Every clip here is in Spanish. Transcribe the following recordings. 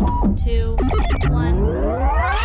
2, 1.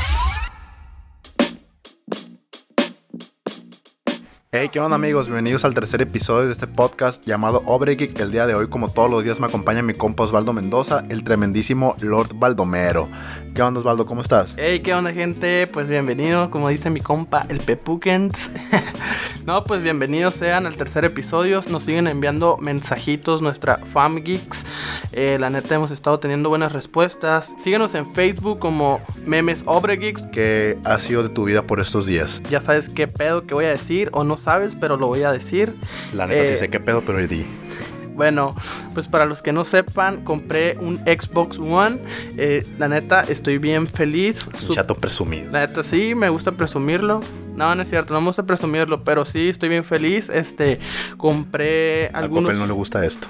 Hey, ¿qué onda, amigos? Bienvenidos al tercer episodio de este podcast llamado Obregeek. El día de hoy, como todos los días, me acompaña mi compa Osvaldo Mendoza, el tremendísimo Lord Baldomero. ¿Qué onda, Osvaldo? ¿Cómo estás? Hey, ¿qué onda, gente? Pues bienvenido, como dice mi compa, el Pepukens. No, pues bienvenidos sean al tercer episodio. Nos siguen enviando mensajitos nuestra FamGeeks. La neta hemos estado teniendo buenas respuestas. Síguenos en Facebook como Memes Obregeeks. ¿Qué ha sido de tu vida por estos días? Ya sabes qué pedo que voy a decir, o no sabes, pero lo voy a decir. La neta sí sé qué pedo, pero di. Bueno, pues para los que no sepan, compré un Xbox One. La neta, estoy bien feliz. Un chato presumido. La neta, sí, me gusta presumirlo. No, no es cierto, no me gusta presumirlo, pero sí, estoy bien feliz. Compré algunos... A Copel no le gusta esto.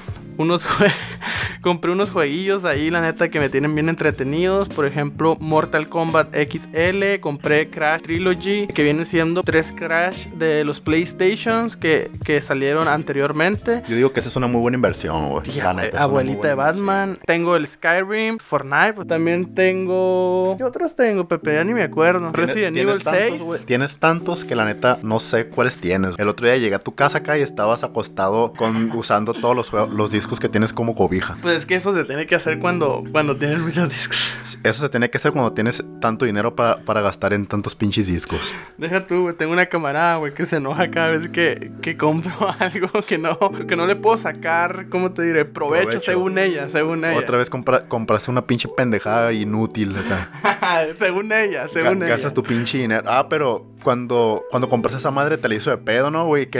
Compré unos jueguillos ahí, la neta, que me tienen bien entretenidos. Por ejemplo, Mortal Kombat XL. Compré Crash Trilogy, que viene siendo 3 Crash de los PlayStations que salieron anteriormente. Yo digo que esa es una muy buena inversión, güey. Sí, abuelita de Batman. Tengo el Skyrim, Fortnite, pues también tengo... ¿Qué otros tengo, Pepe? Ya ni me acuerdo. Resident Evil 6. Tienes tantos que la neta no sé cuáles tienes. El otro día llegué a tu casa acá y estabas acostado usando todos los discos que tienes como cobija. Pues es que eso se tiene que hacer cuando tienes muchos discos. Eso se tiene que hacer cuando tienes tanto dinero para gastar en tantos pinches discos. Deja tú, güey. Tengo una camarada, güey, que se enoja cada vez que compro algo que no le puedo sacar, ¿cómo te diré? Provecho. según ella. Otra vez compraste una pinche pendejada inútil acá. según ella. Gastas tu pinche dinero. Ah, pero cuando compraste esa madre te la hizo de pedo, ¿no, güey?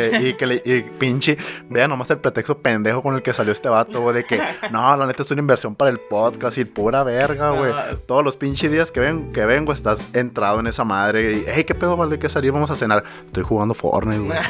Y pinche... Vea nomás el pretexto pendejo con el que salió este vato, güey, de que no, la neta es una inversión para el podcast y pura verga, güey. Todos los pinches días que vengo estás entrado en esa madre y, hey, ¿qué pedo, Valde? Hay que salir, vamos a cenar. Estoy jugando Fortnite, güey.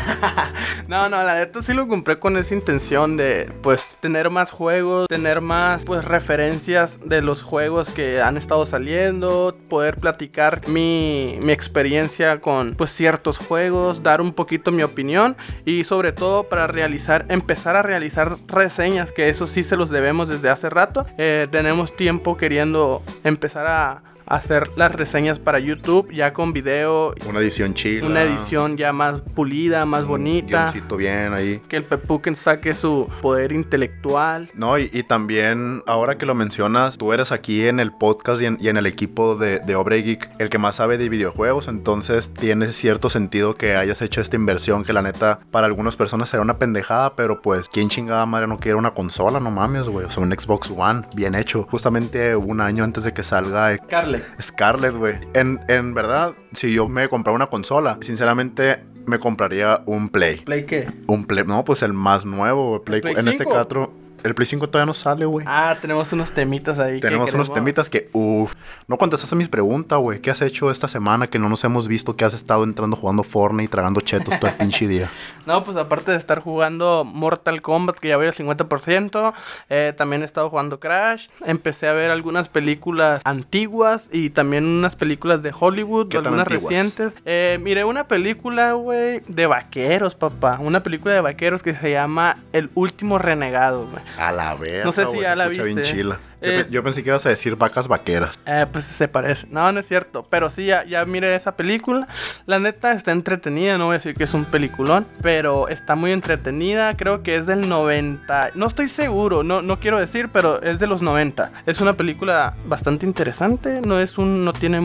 No, la neta sí lo compré con esa intención de, pues, tener más juegos, tener más, pues, referencias de los juegos que han estado saliendo, poder platicar mi experiencia con, pues, ciertos juegos, dar un poquito mi opinión y sobre todo para empezar a realizar reseñas, que eso sí se los debemos desde hace rato. Tenemos tiempo queriendo empezar a hacer las reseñas para YouTube ya con video. Una edición chila. Una edición ya más pulida, más bonita. Un guioncito bien ahí. Que el Pepuken saque su poder intelectual. No, y también, ahora que lo mencionas, tú eres aquí en el podcast y en el equipo de Obregeek el que más sabe de videojuegos, entonces tiene cierto sentido que hayas hecho esta inversión que la neta, para algunas personas será una pendejada, pero pues, ¿quién chingada madre no quiere una consola? No mames, güey. O sea, un Xbox One, bien hecho. Justamente un año antes de que salga Scarlett, güey. En verdad, si yo me comprara una consola, sinceramente me compraría un Play. ¿Play qué? Un Play, no, pues el más nuevo, Play en 5? este caso. El Play 5 todavía no sale, güey. Tenemos unos temitas ahí. Tenemos unos temitas que, no contestaste mis preguntas, güey. ¿Qué has hecho esta semana que no nos hemos visto? ¿Qué has estado entrando jugando Fortnite y tragando chetos todo el pinche día? No, pues aparte de estar jugando Mortal Kombat, que ya voy al 50%, también he estado jugando Crash. Empecé a ver algunas películas antiguas y también unas películas de Hollywood, algunas recientes. Miré una película, güey, de vaqueros, papá. Una película de vaqueros que se llama El Último Renegado, güey. A la verga. No sé si ya la viste. Bien chila. Yo pensé que ibas a decir Vacas Vaqueras. Pues se parece. No es cierto. Pero sí, ya miré esa película. La neta está entretenida. No voy a decir que es un peliculón, pero está muy entretenida. Creo que es del 90. No estoy seguro. No quiero decir, pero es de los 90. Es una película bastante interesante. No tiene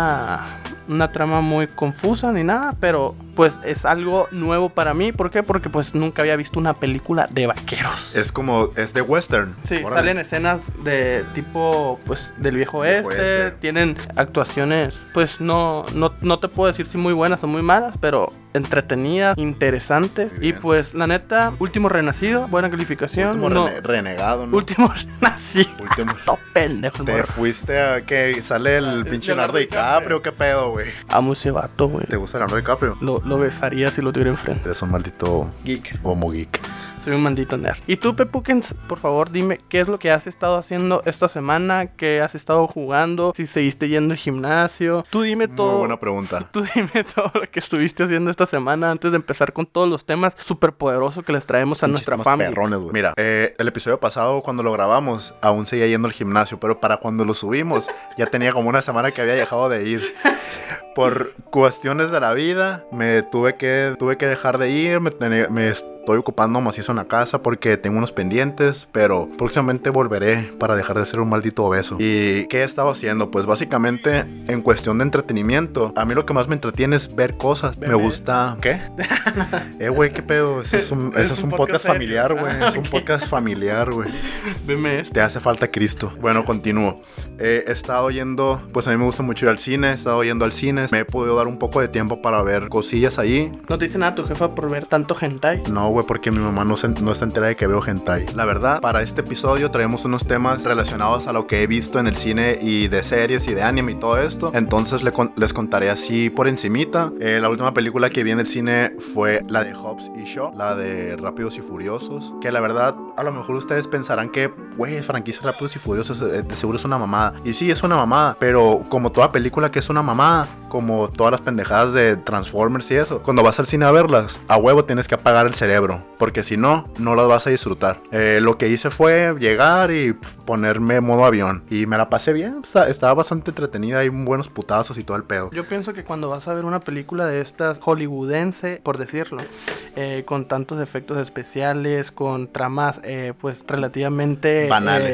una trama muy confusa ni nada, pero pues es algo nuevo para mí. ¿Por qué? Porque pues nunca había visto una película de vaqueros. Es de western. Sí, órale. Salen escenas de tipo, pues, del viejo oeste. Tienen actuaciones, pues, no te puedo decir si muy buenas o muy malas, pero entretenidas, interesantes. Y pues, la neta, Último Renacido, buena calificación. Renegado, ¿no? Último Renacido. Todo pendejo. Te fuiste a que sale el pinche Leonardo DiCaprio. ¿Qué pedo, güey? Amo ese vato, güey. ¿Te gusta Leonardo DiCaprio? Lo besaría si lo tuviera enfrente. Eres un maldito geek. Homo geek. Soy un maldito nerd. Y tú, Pepukens, por favor, dime qué es lo que has estado haciendo esta semana, qué has estado jugando, si seguiste yendo al gimnasio. Tú dime todo. Muy buena pregunta. Tú dime todo lo que estuviste haciendo esta semana antes de empezar con todos los temas súper poderosos que les traemos a nuestra familia. Mira, el episodio pasado cuando lo grabamos aún seguía yendo al gimnasio, pero para cuando lo subimos ya tenía como una semana que había dejado de ir. Por cuestiones de la vida me tuve que dejar de ir, me estoy ocupando macizo en la casa porque tengo unos pendientes, pero próximamente volveré para dejar de ser un maldito obeso. ¿Y qué he estado haciendo? Pues básicamente en cuestión de entretenimiento, a mí lo que más me entretiene es ver cosas. Me gusta... ¿Qué? Güey, ¿qué pedo? Ese es un podcast familiar, güey. Es un podcast familiar, güey. Veme esto. Te hace falta Cristo. Bueno, continúo. He estado yendo... Pues a mí me gusta mucho ir al cine. He estado yendo al cine. Me he podido dar un poco de tiempo para ver cosillas ahí. ¿No te dice nada tu jefa por ver tanto hentai? No, güey, porque mi mamá no está enterada de que veo hentai. La verdad, para este episodio traemos unos temas relacionados a lo que he visto en el cine y de series y de anime y todo esto. Entonces les contaré así por encimita. La última película que vi en el cine fue la de Hobbs y Shaw, la de Rápidos y Furiosos. Que la verdad, a lo mejor ustedes pensarán que, güey, franquicia Rápidos y Furiosos de seguro es una mamada. Y sí, es una mamada, pero como toda película que es una mamada, como todas las pendejadas de Transformers y eso, cuando vas al cine a verlas, a huevo tienes que apagar el cerebro, porque si no, no las vas a disfrutar. Lo que hice fue llegar y ponerme modo avión, y me la pasé bien. Estaba bastante entretenida, hay buenos putazos y todo el pedo. Yo pienso que cuando vas a ver una película de estas hollywoodense, por decirlo, con tantos efectos especiales, con tramas pues relativamente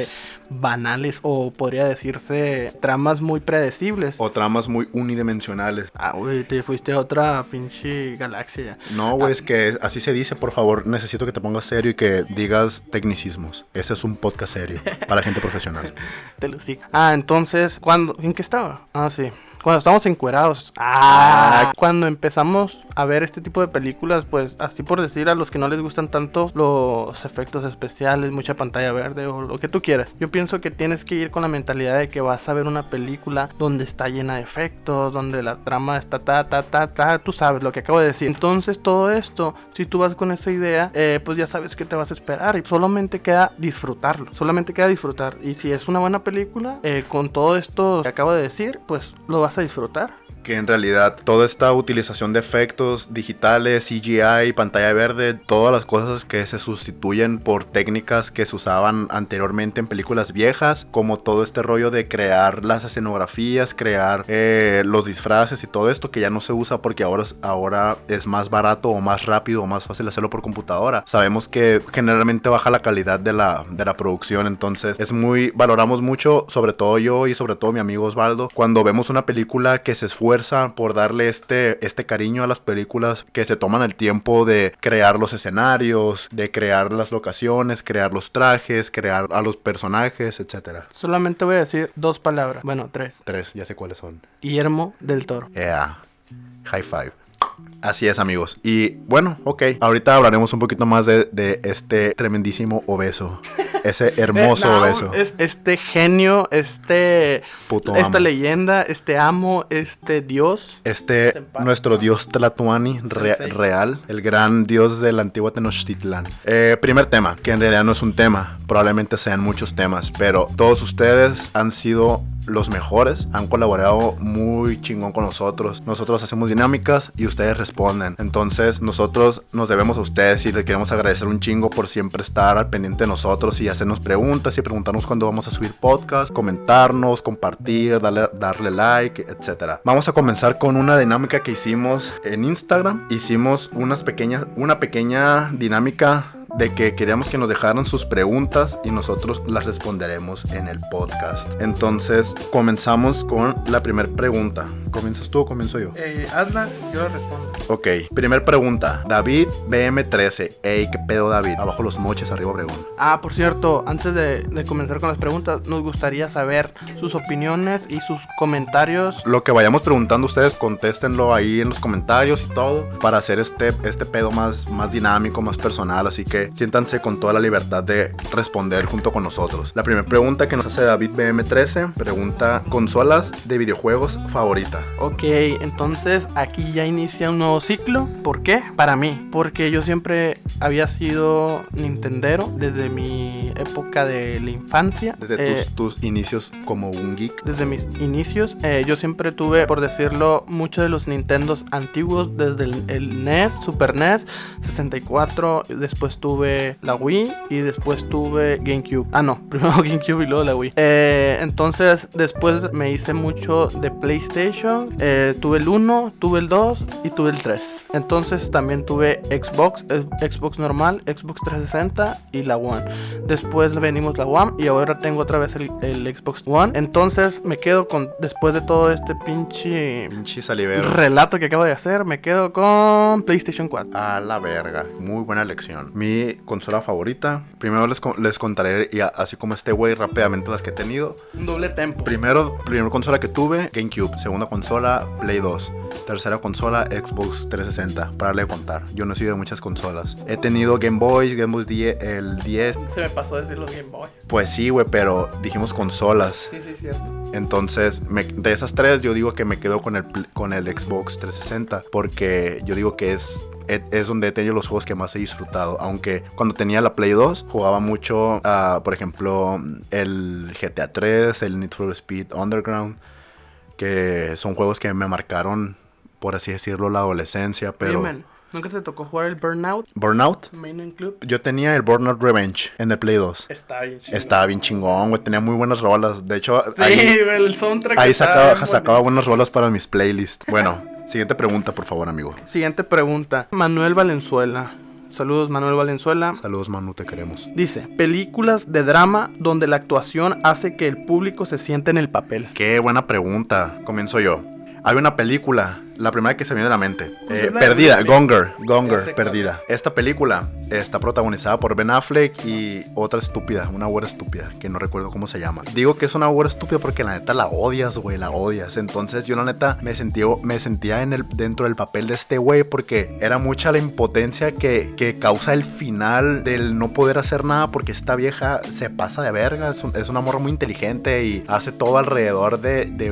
banales, o podría decirse tramas muy predecibles, o tramas muy unidimensionales. Ah, güey, te fuiste a otra pinche galaxia. No, güey, es que así se dice. Por favor, necesito que te pongas serio y que digas tecnicismos. Ese es un podcast serio para gente profesional. Te lo sigo. Entonces, ¿en qué estaba? Sí. Cuando estamos encuerados. Cuando empezamos a ver este tipo de películas, pues así por decir, a los que no les gustan tanto los efectos especiales, mucha pantalla verde o lo que tú quieras. Yo pienso que tienes que ir con la mentalidad de que vas a ver una película donde está llena de efectos, donde la trama está tú sabes lo que acabo de decir. Entonces todo esto, si tú vas con esa idea, pues ya sabes qué te vas a esperar y solamente queda disfrutarlo. Y si es una buena película, con todo esto que acabo de decir, pues lo vas a disfrutar. Que en realidad toda esta utilización de efectos digitales, CGI, pantalla verde, todas las cosas que se sustituyen por técnicas que se usaban anteriormente en películas viejas, como todo este rollo de crear las escenografías, crear los disfraces y todo esto que ya no se usa porque ahora es más barato o más rápido o más fácil hacerlo por computadora. Sabemos que generalmente baja la calidad de la producción, entonces valoramos mucho, sobre todo yo y sobre todo mi amigo Osvaldo, cuando vemos una película que se esfuerza por darle este cariño a las películas, que se toman el tiempo de crear los escenarios, de crear las locaciones, crear los trajes, crear a los personajes, etcétera. Solamente voy a decir 2 palabras, bueno, 3. 3, ya sé cuáles son. Guillermo del Toro. Yeah, high five. Así es, amigos. Y bueno, ok, ahorita hablaremos un poquito más de este tremendísimo obeso. Ese hermoso obeso. Este genio, puto esta amo. Leyenda, amo, Dios. Nuestro dios Tlatuani real, el gran dios de la antigua Tenochtitlán. Primer tema, que en realidad no es un tema, probablemente sean muchos temas, pero todos ustedes han sido los mejores, han colaborado muy chingón con nosotros. Nosotros hacemos dinámicas y ustedes responden. Entonces nosotros nos debemos a ustedes y les queremos agradecer un chingo por siempre estar al pendiente de nosotros y hacernos preguntas y preguntarnos cuándo vamos a subir podcast, comentarnos, compartir, darle like, etcétera. Vamos a comenzar con una dinámica que hicimos en Instagram. Hicimos una pequeña dinámica de que queríamos que nos dejaran sus preguntas y nosotros las responderemos en el podcast. Entonces comenzamos con la primera pregunta. ¿Comienzas tú o comienzo yo? Hazla, yo la respondo. Ok, primer pregunta. David BM13. Ey, ¿qué pedo, David? Abajo los moches, arriba Obregón. Por cierto, antes de comenzar con las preguntas, nos gustaría saber sus opiniones y sus comentarios. Lo que vayamos preguntando ustedes, contéstenlo ahí en los comentarios y todo, para hacer este pedo más dinámico, más personal. Así que que siéntanse con toda la libertad de responder junto con nosotros. La primera pregunta que nos hace David BM13 pregunta: consolas de videojuegos favorita. Ok, entonces aquí ya inicia un nuevo ciclo. ¿Por qué? Para mí, porque yo siempre había sido nintendero desde mi época de la infancia. Desde tus inicios como un geek. Desde mis inicios, yo siempre tuve, por decirlo, muchos de los Nintendos antiguos, desde el NES, Super NES, 64, después tuve la Wii y después tuve GameCube. Ah, no, primero GameCube y luego la Wii. Entonces, después me hice mucho de PlayStation. Tuve el 1, tuve el 2 y tuve el 3. Entonces también tuve Xbox normal, Xbox 360 y la One. Después venimos la One y ahora tengo otra vez el Xbox One. Entonces me quedo con, después de todo este pinche salivero relato que acabo de hacer, me quedo con PlayStation 4. A la verga, muy buena elección. Mi consola favorita, primero les contaré, y así como este güey, rápidamente las que he tenido. Un doble tempo. Primera consola que tuve, GameCube. Segunda consola, Play 2. Tercera consola, Xbox 360. Para de contar, yo no he sido de muchas consolas. He tenido Game Boy 10, el 10. Se me pasó decir los Game Boy. Pues sí, güey, pero dijimos consolas. Sí, cierto. Entonces, de esas tres, yo digo que me quedo con el Xbox 360. Porque yo digo que es donde he tenido los juegos que más he disfrutado. Aunque cuando tenía la Play 2 jugaba mucho, por ejemplo, el GTA 3, el Need for Speed Underground, que son juegos que me marcaron, por así decirlo, la adolescencia. Pero Oye, man, ¿nunca te tocó jugar el Burnout? ¿Burnout? Main and Club. Yo tenía el Burnout Revenge en el Play 2. Estaba Bien chingón, güey. Tenía muy buenas rolas. De hecho, sí, el soundtrack. ahí sacaba buenas rolas para mis playlists. Bueno, siguiente pregunta, por favor, amigo. Siguiente pregunta. Manuel Valenzuela. Saludos, Manuel Valenzuela. Saludos, Manu, te queremos. Dice: películas de drama donde la actuación hace que el público se siente en el papel. Qué buena pregunta. Comienzo yo. Hay una película, la primera que se me viene a la mente. Pues Perdida, Gonger, sé Perdida. Esta película está protagonizada por Ben Affleck y otra estúpida, una güera estúpida, que no recuerdo cómo se llama. Digo que es una güera estúpida porque la neta la odias, güey, la odias. Entonces yo la neta me sentía dentro del papel de este güey, porque era mucha la impotencia que causa el final del no poder hacer nada, porque esta vieja se pasa de verga. Es una morra muy inteligente y hace todo alrededor de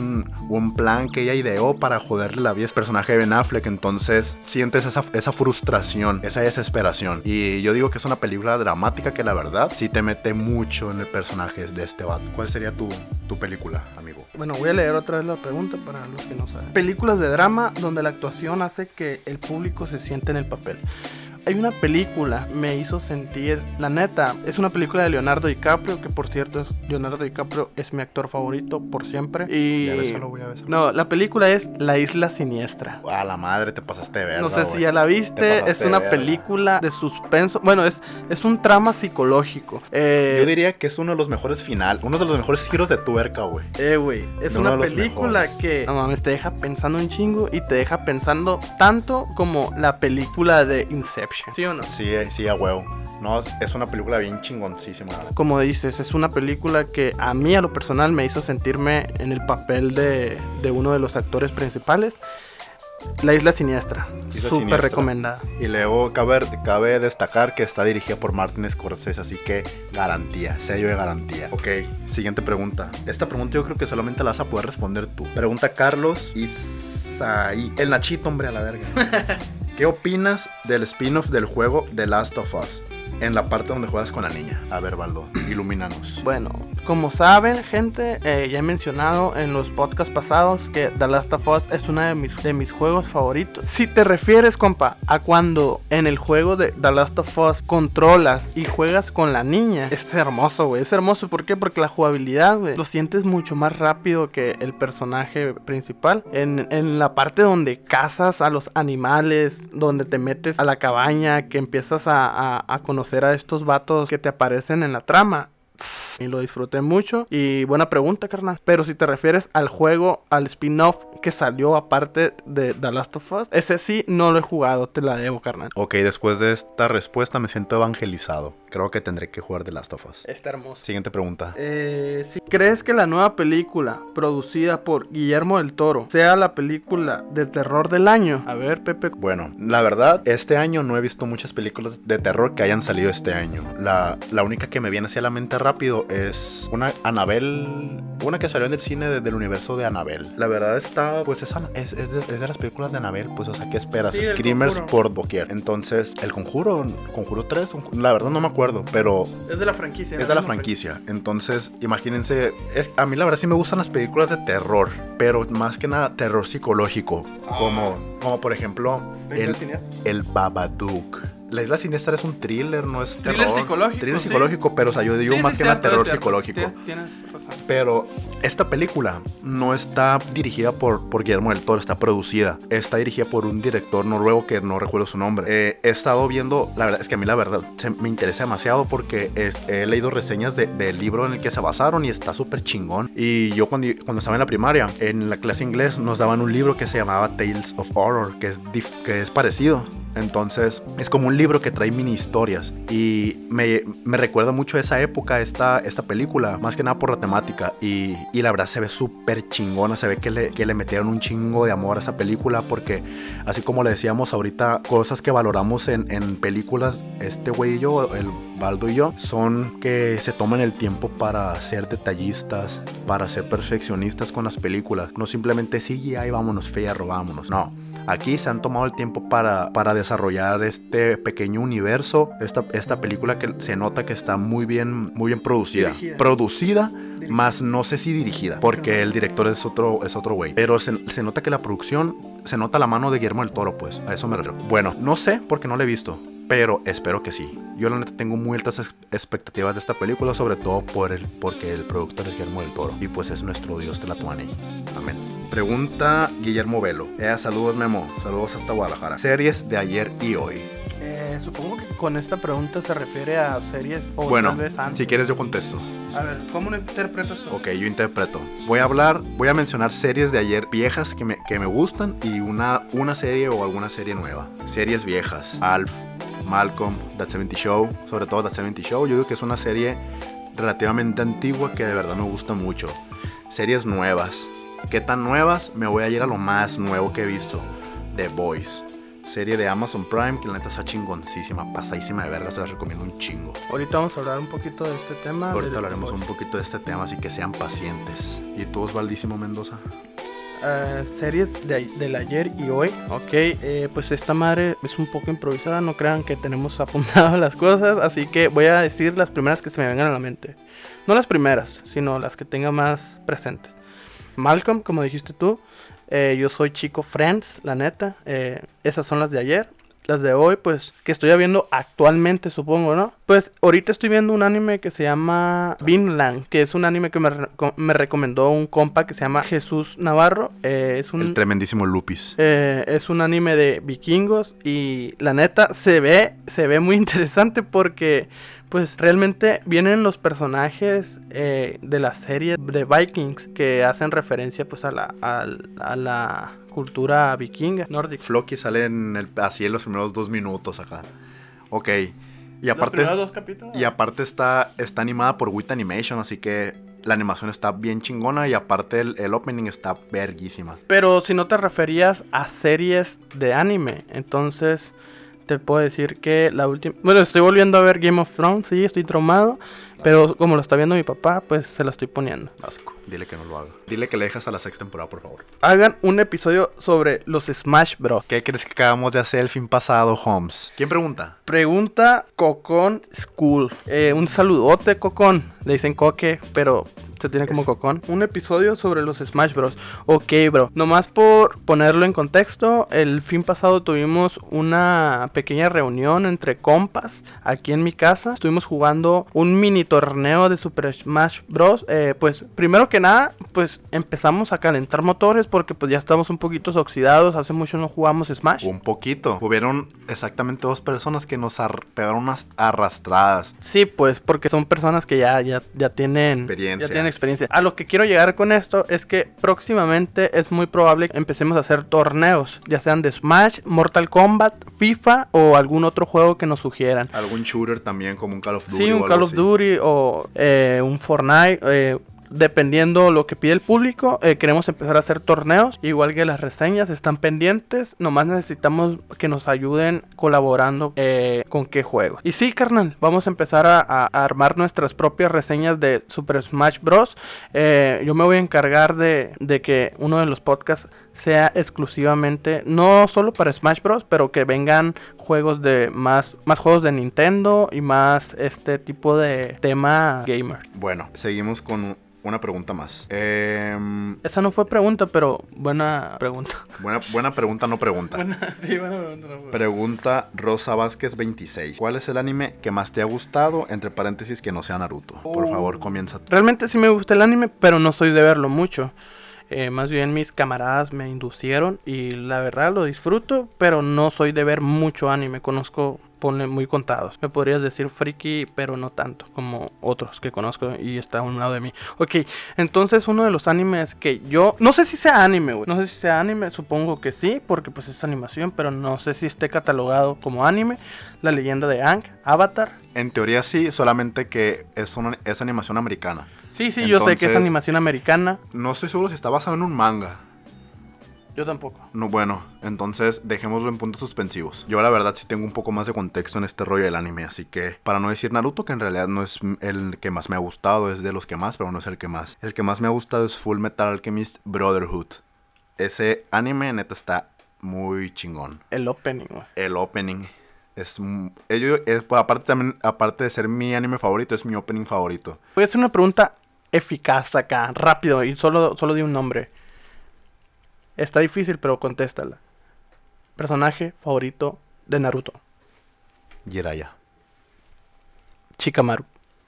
un plan que ella ideó para joderle la vida al personaje de Ben Affleck. Entonces sientes esa frustración, esa desesperación. Y yo digo que es una película dramática que la verdad sí te mete mucho en el personaje de este vato. ¿Cuál sería tu película, amigo? Bueno, voy a leer otra vez la pregunta para los que no saben. Películas de drama donde la actuación hace que el público se siente en el papel. Hay una película, me hizo sentir, la neta, es una película de Leonardo DiCaprio, que por cierto, Leonardo DiCaprio es mi actor favorito por siempre. Y ya bésalo, voy a besarlo. No, la película es La Isla Siniestra. A la madre, te pasaste de verga. No sé güey. si ya la viste, es una película de suspenso. Bueno, es un trama psicológico. Yo diría que es uno de los mejores uno de los mejores giros de tuerca, güey. Güey, es Uno una de los película mejores. que, no mames, te deja pensando un chingo y te deja pensando tanto como la película de Inception. ¿Sí o no? Sí, a huevo. No, es una película bien chingoncísima. Como dices, es una película que a mí, a lo personal, me hizo sentirme en el papel de uno de los actores principales. La Isla Siniestra, súper recomendada. Y luego cabe destacar que está dirigida por Martin Scorsese, así que garantía, sello de garantía. Ok, siguiente pregunta. Esta pregunta yo creo que solamente la vas a poder responder tú. Pregunta Carlos Isaí. El Nachito, hombre, a la verga. ¿Qué opinas del spin-off del juego The Last of Us? En la parte donde juegas con la niña. A ver, Baldo, ilumínanos. Bueno, como saben, gente, ya he mencionado en los podcasts pasados que The Last of Us es uno de mis juegos favoritos. Si te refieres, compa, a cuando en el juego de The Last of Us controlas y juegas con la niña, es hermoso, güey. Es hermoso, ¿por qué? Porque la jugabilidad, güey, lo sientes mucho más rápido que el personaje principal. En la parte donde cazas a los animales, donde te metes a la cabaña, que empiezas a conocer a estos vatos que te aparecen en la trama. y lo disfruté mucho. Y buena pregunta, carnal. Pero si te refieres al juego, al spin-off que salió aparte de The Last of Us, ese sí no lo he jugado, te la debo, carnal. Ok, después de esta respuesta me siento evangelizado. Creo que tendré que jugar The Last of Us. Está hermoso. Siguiente pregunta. Si crees que la nueva película producida por Guillermo del Toro sea la película de terror del año. A ver, Pepe. Bueno, la verdad, este año no he visto muchas películas de terror que hayan salido este año. La única que me viene hacia la mente rápido es una Annabelle, una que salió en el cine del universo de Annabelle. La verdad está, pues es de las películas de Annabelle, pues o sea, ¿qué esperas? Sí, Screamers por doquier. Entonces, el Conjuro 3, la verdad no me acuerdo, pero es de la franquicia. es de la franquicia. Entonces, imagínense, a mí la verdad sí me gustan las películas de terror, pero más que nada terror psicológico, como por ejemplo el Babadook. La Isla Siniestra es un thriller, no es terror. Thriller psicológico, pero o sea, yo digo más que nada terror psicológico. Tienes razón. Pero esta película no está dirigida por Guillermo del Toro, está producida. Está dirigida por un director noruego que no recuerdo su nombre. He estado viendo, la verdad es que a mí la verdad me interesa demasiado porque he leído reseñas del libro en el que se basaron y está súper chingón. Y yo cuando estaba en la primaria, en la clase de inglés nos daban un libro que se llamaba Tales of Horror, que es parecido. Entonces es como un libro que trae mini historias y me recuerda mucho a esa época esta película, más que nada por la temática, y la verdad se ve súper chingona. Se ve que le metieron un chingo de amor a esa película, porque así como le decíamos ahorita, cosas que valoramos en películas, este güey y yo, el Baldo y yo, son que se toman el tiempo para ser detallistas, para ser perfeccionistas con las películas, no simplemente CGI, vámonos fierro, vámonos, no. Aquí se han tomado el tiempo para desarrollar este pequeño universo, esta película que se nota que está muy bien producida. Producida, más no sé si dirigida, porque el director es otro güey. Pero se nota que la producción, se nota la mano de Guillermo del Toro, pues, a eso me refiero. Bueno, no sé porque no la he visto, pero espero que sí. Yo la neta tengo muy altas expectativas de esta película, sobre todo porque el productor es Guillermo del Toro y pues es nuestro dios Tlatuani. Amén. Pregunta Guillermo Velo. Saludos Memo, saludos hasta Guadalajara. Series de ayer y hoy. Supongo que con esta pregunta se refiere a series o bueno, tal vez antes. Si quieres yo contesto. A ver, ¿cómo lo interpretas tú? Ok, yo interpreto. Voy a mencionar series de ayer viejas que me gustan y una serie o alguna serie nueva. Series viejas. Alf, Malcolm, That 70 Show, sobre todo That 70 Show. Yo digo que es una serie relativamente antigua que de verdad me gusta mucho. Series nuevas. ¿Qué tan nuevas? Me voy a ir a lo más nuevo que he visto. The Boys. Serie de Amazon Prime que la neta está chingoncísima, pasadísima de verga, se las recomiendo un chingo. Ahorita vamos a hablar un poquito de este tema. Ahorita hablaremos un poquito de este tema, así que sean pacientes. ¿Y tú, Osvaldísimo Mendoza? Series del ayer y hoy. Ok, pues esta madre es un poco improvisada, no crean que tenemos apuntado las cosas, así que voy a decir las primeras que se me vengan a la mente. No las primeras, sino las que tenga más presentes. Malcolm, como dijiste tú. Yo soy chico Friends, la neta. Esas son las de ayer. Las de hoy, pues, que estoy viendo actualmente, supongo, ¿no? Pues, ahorita estoy viendo un anime que se llama Vinland, que es un anime que me recomendó un compa que se llama Jesús Navarro. El tremendísimo Lupis. Es un anime de vikingos y la neta se ve muy interesante porque, pues, realmente vienen los personajes de la serie de Vikings que hacen referencia, pues, a la cultura vikinga, nórdica. Floki sale así en los primeros 2 minutos acá. Ok. Y aparte, ¿Los primeros 2 capítulos? Y aparte está animada por WIT Animation, así que la animación está bien chingona y aparte el opening está verguísima. Pero si no te referías a series de anime, entonces te puedo decir que la última... Bueno, estoy volviendo a ver Game of Thrones, sí, estoy traumado. Pero como lo está viendo mi papá, pues se la estoy poniendo. Asco, dile que no lo haga. Dile que le dejas a la 6ª temporada, por favor. Hagan un episodio sobre los Smash Bros. ¿Qué crees que acabamos de hacer el fin pasado, Holmes? ¿Quién pregunta? Pregunta Cocón School. Un saludote, Cocón. Le dicen Coque, pero te tiene como cocón. Un episodio sobre los Smash Bros. Ok, bro. Nomás por ponerlo en contexto, el fin pasado tuvimos una pequeña reunión entre compas aquí en mi casa. Estuvimos jugando un mini torneo de Super Smash Bros. Pues primero que nada, pues empezamos a calentar motores porque pues ya estamos un poquito oxidados. Hace mucho no jugamos Smash. Un poquito. Hubieron exactamente 2 personas que nos pegaron unas arrastradas. Sí, pues porque son personas que ya tienen Experiencia. Ya tienen experiencia. A lo que quiero llegar con esto es que próximamente es muy probable que empecemos a hacer torneos, ya sean de Smash, Mortal Kombat, FIFA o algún otro juego que nos sugieran. Algún shooter también, como un Call of Duty. Sí, o un algo Call of así. Duty o un Fortnite. Dependiendo lo que pide el público, queremos empezar a hacer torneos. Igual que las reseñas están pendientes. Nomás necesitamos que nos ayuden colaborando con qué juegos. Y sí, carnal, vamos a empezar a armar nuestras propias reseñas de Super Smash Bros. Yo me voy a encargar de que uno de los podcasts sea exclusivamente, no solo para Smash Bros, pero que vengan juegos de más juegos de Nintendo y más este tipo de tema gamer. Bueno, seguimos con una pregunta más. Esa no fue pregunta, pero buena pregunta. Buena pregunta, no pregunta. Sí, buena pregunta. No fue. Pregunta Rosa Vázquez 26. ¿Cuál es el anime que más te ha gustado? Entre paréntesis, que no sea Naruto. Por favor, comienza tú. Realmente sí me gusta el anime, pero no soy de verlo mucho. Más bien mis camaradas me inducieron y la verdad lo disfruto, pero no soy de ver mucho anime. Conozco, ponle muy contados. Me podrías decir friki, pero no tanto como otros que conozco y está a un lado de mí. Ok, entonces uno de los animes que yo... No sé si sea anime, güey. No sé si sea anime, supongo que sí, porque pues es animación, pero no sé si esté catalogado como anime. La leyenda de Aang, Avatar. En teoría sí, solamente que es animación americana. Sí, yo sé que es Entonces, animación americana. No estoy seguro si está basado en un manga. Yo tampoco. No, bueno, entonces dejémoslo en puntos suspensivos. Yo la verdad sí tengo un poco más de contexto en este rollo del anime, así que para no decir Naruto, que en realidad no es el que más me ha gustado, es de los que más, pero no es el que más. El que más me ha gustado es Full Metal Alchemist Brotherhood. Ese anime neta está muy chingón. El opening, güey. El opening aparte de ser mi anime favorito, es mi opening favorito. Voy a hacer una pregunta eficaz acá, rápido, y solo di un nombre. Está difícil, pero contéstala. Personaje favorito de Naruto. Jiraiya. Shikamaru.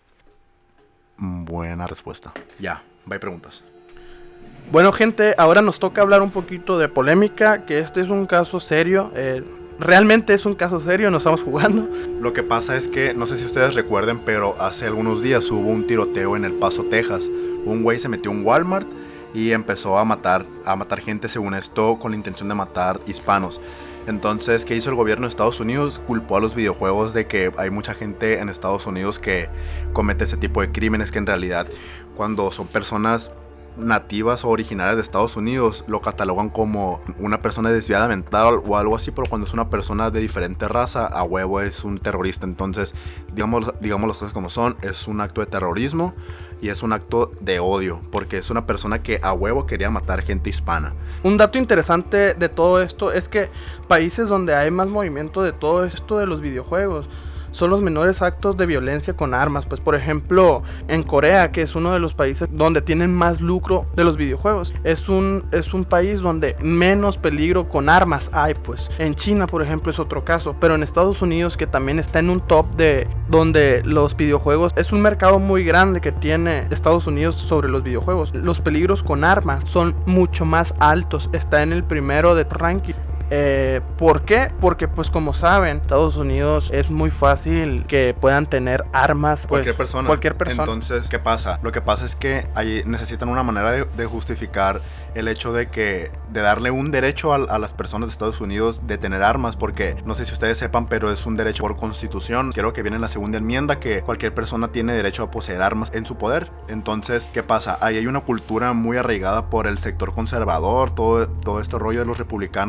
Buena respuesta. Ya, bye preguntas. Bueno, gente, ahora nos toca hablar un poquito de polémica, que este es un caso serio. Realmente es un caso serio, no estamos jugando. Lo que pasa es que, no sé si ustedes recuerden, pero hace algunos días hubo un tiroteo en El Paso, Texas. Un güey se metió a un Walmart y empezó a matar gente, según esto, con la intención de matar hispanos. Entonces, ¿qué hizo el gobierno de Estados Unidos? Culpó a los videojuegos de que hay mucha gente en Estados Unidos que comete ese tipo de crímenes, que en realidad, cuando son personas nativas o originarias de Estados Unidos, lo catalogan como una persona desviada mental o algo así, pero cuando es una persona de diferente raza, a huevo es un terrorista. Entonces, digamos las cosas como son, es un acto de terrorismo y es un acto de odio, porque es una persona que a huevo quería matar gente hispana. Un dato interesante de todo esto es que países donde hay más movimiento de todo esto de los videojuegos son los menores actos de violencia con armas. Pues por ejemplo, en Corea, que es uno de los países donde tienen más lucro de los videojuegos, es un país donde menos peligro con armas hay. Pues en China, por ejemplo, es otro caso. Pero en Estados Unidos, que también está en un top de donde los videojuegos, es un mercado muy grande que tiene Estados Unidos sobre los videojuegos. Los peligros con armas son mucho más altos. Está en el primero de ranking. ¿Por qué? Porque pues como saben, Estados Unidos es muy fácil que puedan tener armas, pues, cualquier persona. Entonces, ¿qué pasa? Lo que pasa es que ahí necesitan una manera de justificar el hecho de darle un derecho a las personas de Estados Unidos de tener armas, porque no sé si ustedes sepan, pero es un derecho por constitución. Creo que viene en la segunda enmienda que cualquier persona tiene derecho a poseer armas en su poder. Entonces, ¿qué pasa? Ahí hay una cultura muy arraigada por el sector conservador, todo este rollo de los republicanos que quieren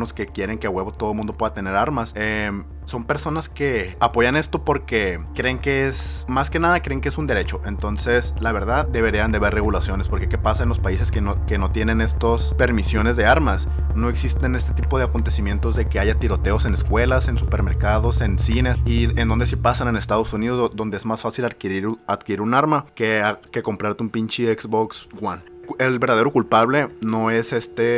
quieren que a huevo todo el mundo pueda tener armas. Son personas que apoyan esto porque creen que es, más que nada, creen que es un derecho. Entonces, la verdad, deberían de haber regulaciones, porque ¿qué pasa en los países que no tienen estos permisiones de armas? No existen este tipo de acontecimientos de que haya tiroteos en escuelas, en supermercados, en cines, y en donde sí pasan en Estados Unidos, donde es más fácil adquirir un arma que comprarte un pinche Xbox One. El verdadero culpable no es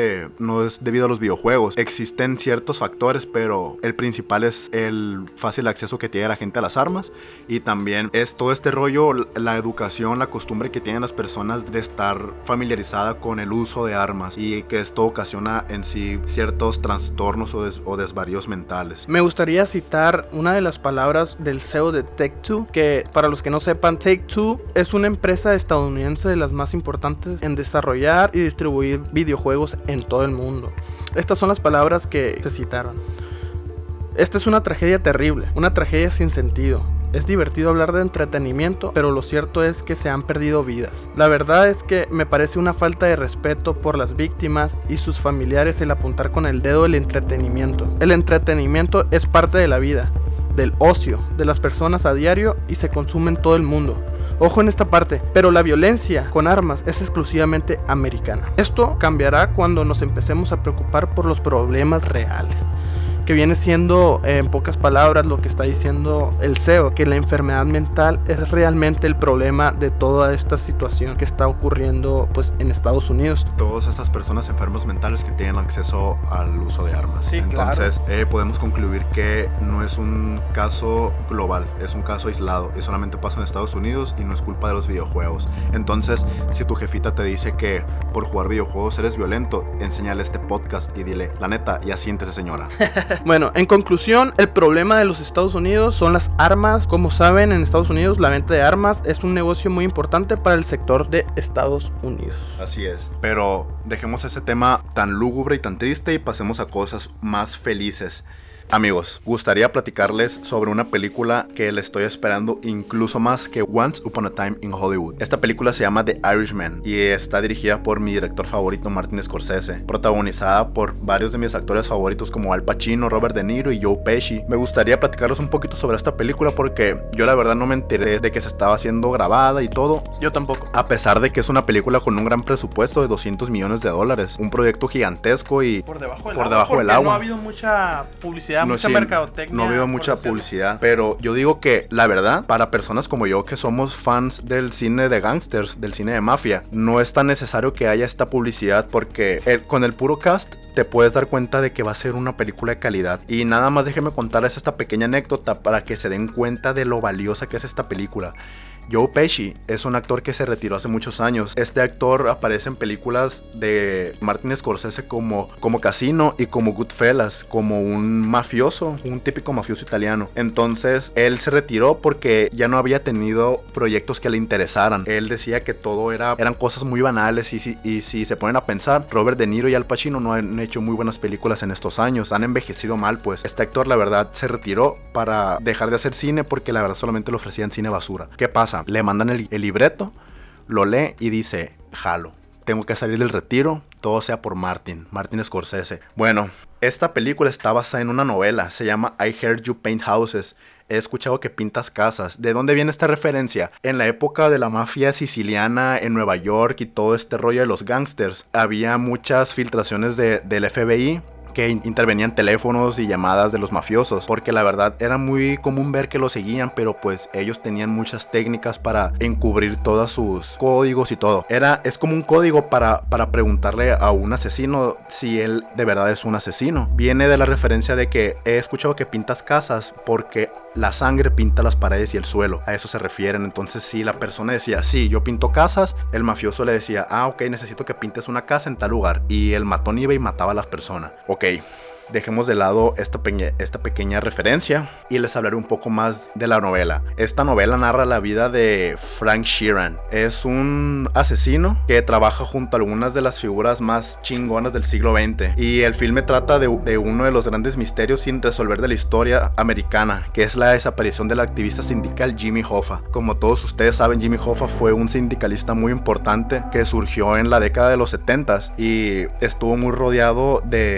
debido a los videojuegos. Existen ciertos factores, pero el principal es el fácil acceso que tiene la gente a las armas, y también es todo este rollo, la educación, la costumbre que tienen las personas de estar familiarizada con el uso de armas, y que esto ocasiona en sí ciertos trastornos o desvaríos mentales. Me gustaría citar una de las palabras del CEO de Take-Two, que para los que no sepan, Take-Two es una empresa estadounidense de las más importantes en desarrollar y distribuir videojuegos en todo el mundo. Estas son las palabras que se citaron. Esta es una tragedia terrible, una tragedia sin sentido. Es divertido hablar de entretenimiento, pero lo cierto es que se han perdido vidas. La verdad es que me parece una falta de respeto por las víctimas y sus familiares el apuntar con el dedo el entretenimiento. El entretenimiento es parte de la vida, del ocio, de las personas a diario, y se consume en todo el mundo. Ojo en esta parte, pero la violencia con armas es exclusivamente americana. Esto cambiará cuando nos empecemos a preocupar por los problemas reales, que viene siendo, en pocas palabras, lo que está diciendo el CEO, que la enfermedad mental es realmente el problema de toda esta situación que está ocurriendo pues en Estados Unidos. Todas estas personas enfermos mentales que tienen acceso al uso de armas. Sí, entonces, claro. Podemos concluir que no es un caso global, es un caso aislado, y solamente pasa en Estados Unidos y no es culpa de los videojuegos. Entonces, si tu jefita te dice que por jugar videojuegos eres violento, enséñale este podcast y dile, la neta, ya siéntese, señora. Bueno, en conclusión, el problema de los Estados Unidos son las armas. Como saben, en Estados Unidos la venta de armas es un negocio muy importante para el sector de Estados Unidos. Así es. Pero dejemos ese tema tan lúgubre y tan triste y pasemos a cosas más felices. Amigos, gustaría platicarles sobre una película que le estoy esperando incluso más que Once Upon a Time in Hollywood. Esta película se llama The Irishman y está dirigida por mi director favorito, Martin Scorsese, protagonizada por varios de mis actores favoritos como Al Pacino, Robert De Niro y Joe Pesci. Me gustaría platicarles un poquito sobre esta película porque yo la verdad no me enteré de que se estaba siendo grabada y todo. Yo tampoco. A pesar de que es una película con un gran presupuesto de $200 millones, un proyecto gigantesco y por debajo del agua. No ha habido mucha publicidad. Mucha mercadotecnia. No ha habido mucha publicidad, pero yo digo que la verdad, para personas como yo que somos fans del cine de gangsters, del cine de mafia, no es tan necesario que haya esta publicidad porque con el puro cast te puedes dar cuenta de que va a ser una película de calidad. Y nada más déjenme contarles esta pequeña anécdota para que se den cuenta de lo valiosa que es esta película. Joe Pesci es un actor que se retiró hace muchos años. Este actor aparece en películas de Martin Scorsese como Casino y como Goodfellas, como un mafioso, un típico mafioso italiano. Entonces él se retiró porque ya no había tenido proyectos que le interesaran. Él decía que todo eran cosas muy banales y si se ponen a pensar, Robert De Niro y Al Pacino no han hecho muy buenas películas en estos años, han envejecido mal. Pues este actor la verdad se retiró para dejar de hacer cine porque la verdad solamente le ofrecían cine basura. ¿Qué pasa? Le mandan el libreto, lo lee y dice, jalo, tengo que salir del retiro, todo sea por Martin Scorsese. Bueno, esta película está basada en una novela, se llama I Heard You Paint Houses. He escuchado que pintas casas. ¿De dónde viene esta referencia? En la época de la mafia siciliana en Nueva York y todo este rollo de los gangsters, había muchas filtraciones del FBI que intervenían teléfonos y llamadas de los mafiosos, porque la verdad era muy común ver que los seguían, pero pues ellos tenían muchas técnicas para encubrir todos sus códigos y todo. Es como un código para preguntarle a un asesino si él de verdad es un asesino. Viene de la referencia de que he escuchado que pintas casas porque la sangre pinta las paredes y el suelo. A eso se refieren. Entonces si la persona decía, sí, yo pinto casas, el mafioso le decía, ok, necesito que pintes una casa en tal lugar. Y el matón iba y mataba a las personas. Ok, dejemos de lado esta pequeña referencia y les hablaré un poco más de la novela. Esta novela narra la vida de Frank Sheeran. Es un asesino que trabaja junto a algunas de las figuras más chingonas del siglo XX. Y el filme trata de uno de los grandes misterios sin resolver de la historia americana, que es la desaparición del activista sindical Jimmy Hoffa. Como todos ustedes saben, Jimmy Hoffa fue un sindicalista muy importante que surgió en la década de los 70s y estuvo muy rodeado de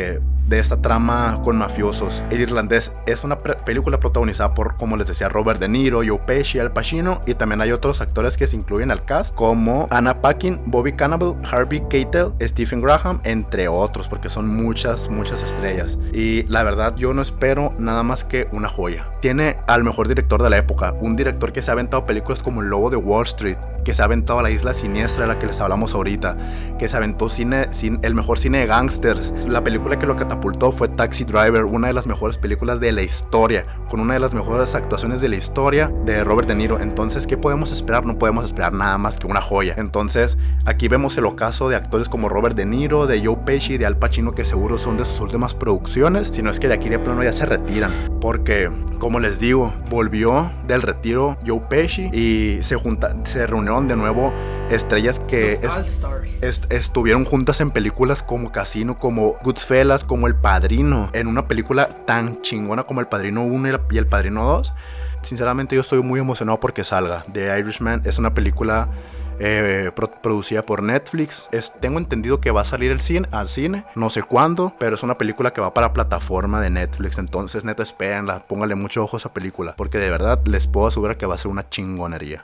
de esta trama con mafiosos. El Irlandés es una película protagonizada por, como les decía, Robert De Niro, Joe Pesci, Al Pacino, y también hay otros actores que se incluyen al cast como Anna Paquin, Bobby Cannavale, Harvey Keitel, Stephen Graham, entre otros, porque son muchas estrellas. Y la verdad, yo no espero nada más que una joya. Tiene al mejor director de la época, un director que se ha aventado películas como El Lobo de Wall Street, que se ha aventado La Isla Siniestra, de la que les hablamos ahorita, que se aventó el mejor cine de gangsters. La película que lo catapultó fue Taxi Driver, una de las mejores películas de la historia, con una de las mejores actuaciones de la historia de Robert De Niro. Entonces, ¿qué podemos esperar? No podemos esperar nada más que una joya. Entonces, aquí vemos el ocaso de actores como Robert De Niro, de Joe Pesci, de Al Pacino, que seguro son de sus últimas producciones, si no es que de aquí de plano ya se retiran, porque, como les digo, volvió del retiro Joe Pesci y se reunieron de nuevo estrellas que estuvieron juntas en películas como Casino, como Goodfellas, como El Padrino, en una película tan chingona como El Padrino 1 y El Padrino 2. Sinceramente yo estoy muy emocionado porque salga. The Irishman es una película producida por Netflix. Tengo entendido que va a salir al cine, no sé cuándo, pero es una película que va para plataforma de Netflix. Entonces, neta, espérenla, póngale mucho ojo a esa película, porque de verdad les puedo asegurar que va a ser una chingonería.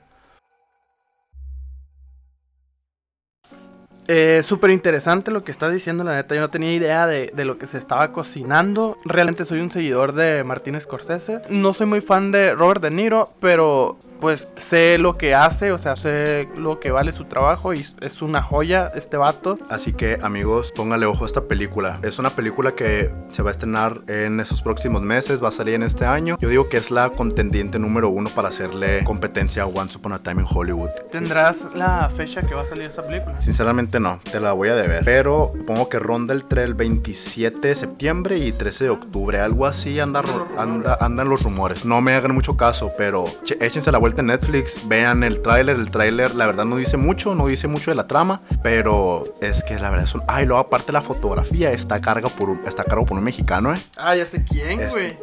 Súper interesante lo que estás diciendo, la neta. Yo no tenía idea de lo que se estaba cocinando. Realmente soy un seguidor de Martin Scorsese. No soy muy fan de Robert De Niro, pero pues sé lo que hace, o sea, sé lo que vale su trabajo y es una joya este vato. Así que, amigos, póngale ojo a esta película. Es una película que se va a estrenar en esos próximos meses, va a salir en este año. Yo digo que es la contendiente número 1 para hacerle competencia a Once Upon a Time in Hollywood. ¿Tendrás la fecha que va a salir esa película? Sinceramente no, te la voy a deber, pero supongo que ronda entre el 27 de septiembre y 13 de octubre, algo así andan los rumores. No me hagan mucho caso, pero échense la vuelta en Netflix, vean el tráiler la verdad no dice mucho de la trama, pero es que la verdad luego aparte la fotografía está cargado por un mexicano, ya sé quién, güey.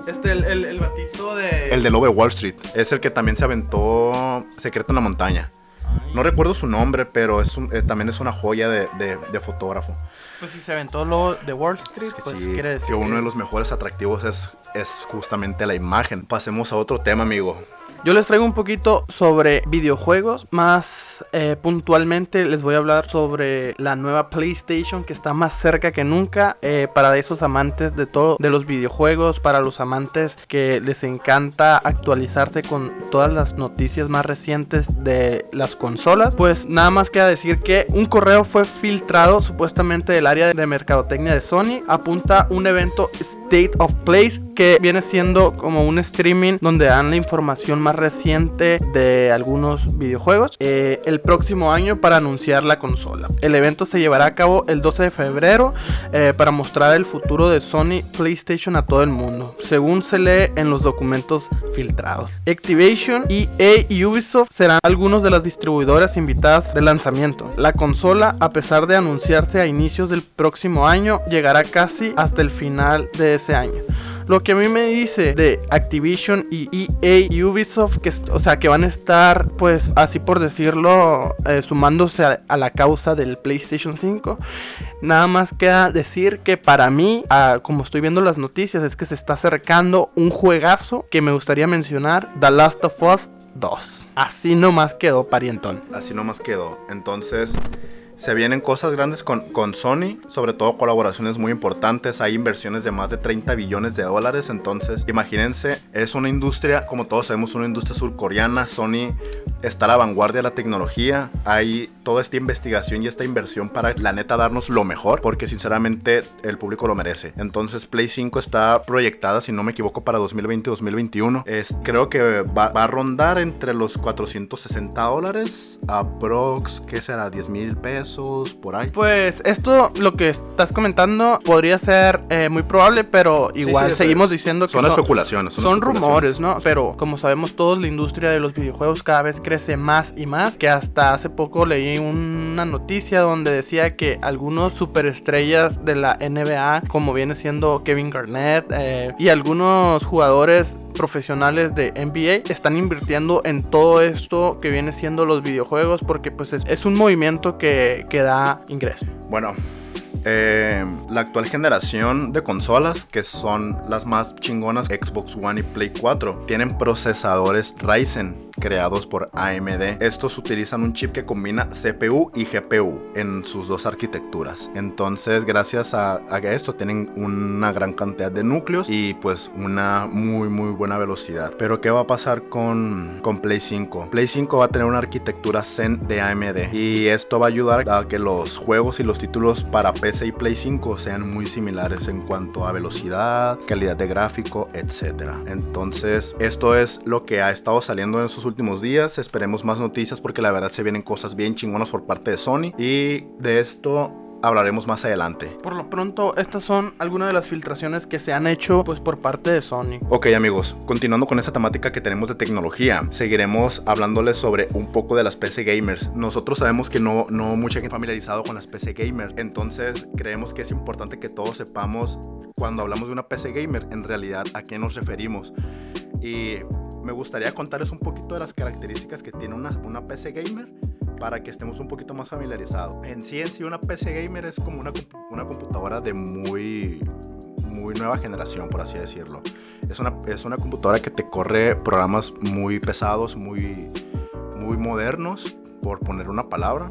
El batito de... El de Lobo de Wall Street, es el que también se aventó Secreto en la Montaña. No recuerdo su nombre, pero también es una joya de fotógrafo. Pues si se aventó lo de Wall Street, pues sí, quiere decir que uno de los mejores atractivos es justamente la imagen. Pasemos a otro tema, amigo. Yo les traigo un poquito sobre videojuegos, más puntualmente les voy a hablar sobre la nueva PlayStation que está más cerca que nunca, para esos amantes de los videojuegos, para los amantes que les encanta actualizarse con todas las noticias más recientes de las consolas. Pues nada más queda decir que un correo fue filtrado supuestamente del área de mercadotecnia de Sony, apunta un evento State of Play, que viene siendo como un streaming donde dan la información más reciente de algunos videojuegos el próximo año para anunciar la consola. El evento se llevará a cabo el 12 de febrero para mostrar el futuro de Sony PlayStation a todo el mundo, según se lee en los documentos filtrados. Activision, EA y Ubisoft serán algunos de las distribuidoras invitadas del lanzamiento. La consola, a pesar de anunciarse a inicios del próximo año, llegará casi hasta el final de ese año. Lo que a mí me dice de Activision y EA y Ubisoft, que van a estar, pues así por decirlo, sumándose a la causa del PlayStation 5. Nada más queda decir que para mí, como estoy viendo las noticias, es que se está acercando un juegazo que me gustaría mencionar, The Last of Us 2. Así nomás quedó, parientón. Así nomás quedó. Entonces... se vienen cosas grandes con Sony, sobre todo colaboraciones muy importantes, hay inversiones de más de 30 billones de dólares, entonces imagínense, es una industria, como todos sabemos, una industria surcoreana. Sony está a la vanguardia de la tecnología, hay toda esta investigación y esta inversión para la neta darnos lo mejor, porque sinceramente el público lo merece. Entonces Play 5 está proyectada, si no me equivoco, para 2020-2021. Creo que va a rondar entre los $460, aprox, ¿qué será? 10,000 pesos, por ahí. Pues esto, lo que estás comentando, podría ser muy probable, pero igual sí, seguimos diciendo que son especulaciones. Son rumores, ¿no? Pero como sabemos todos, la industria de los videojuegos cada vez crece más y más, que hasta hace poco leí una noticia donde decía que algunos superestrellas de la NBA, como viene siendo Kevin Garnett, y algunos jugadores profesionales de NBA, están invirtiendo en todo esto que viene siendo los videojuegos, porque pues es un movimiento que da ingreso. Bueno, La actual generación de consolas, que son las más chingonas, Xbox One y Play 4, tienen procesadores Ryzen creados por AMD. Estos utilizan un chip que combina CPU y GPU en sus dos arquitecturas. Entonces, gracias a esto tienen una gran cantidad de núcleos y pues una muy buena velocidad. Pero ¿qué va a pasar con Play 5? Play 5 va a tener una arquitectura Zen de AMD y esto va a ayudar a que los juegos y los títulos para PC y Play 5 sean muy similares en cuanto a velocidad, calidad de gráfico, etc. Entonces, esto es lo que ha estado saliendo en estos últimos días. Esperemos más noticias porque la verdad se vienen cosas bien chingonas por parte de Sony y de esto hablaremos más adelante. Por lo pronto, estas son algunas de las filtraciones que se han hecho pues por parte de Sony. Ok, amigos, continuando con esta temática que tenemos de tecnología, seguiremos hablándoles sobre un poco de las PC gamers. Nosotros sabemos que no mucha gente familiarizado con las PC gamers, entonces creemos que es importante que todos sepamos cuando hablamos de una PC gamer en realidad a qué nos referimos. Y me gustaría contarles un poquito de las características que tiene una PC gamer para que estemos un poquito más familiarizados. En sí, una PC gamer es como una computadora de muy nueva generación, por así decirlo. Es una computadora que te corre programas muy pesados, muy modernos, por poner una palabra.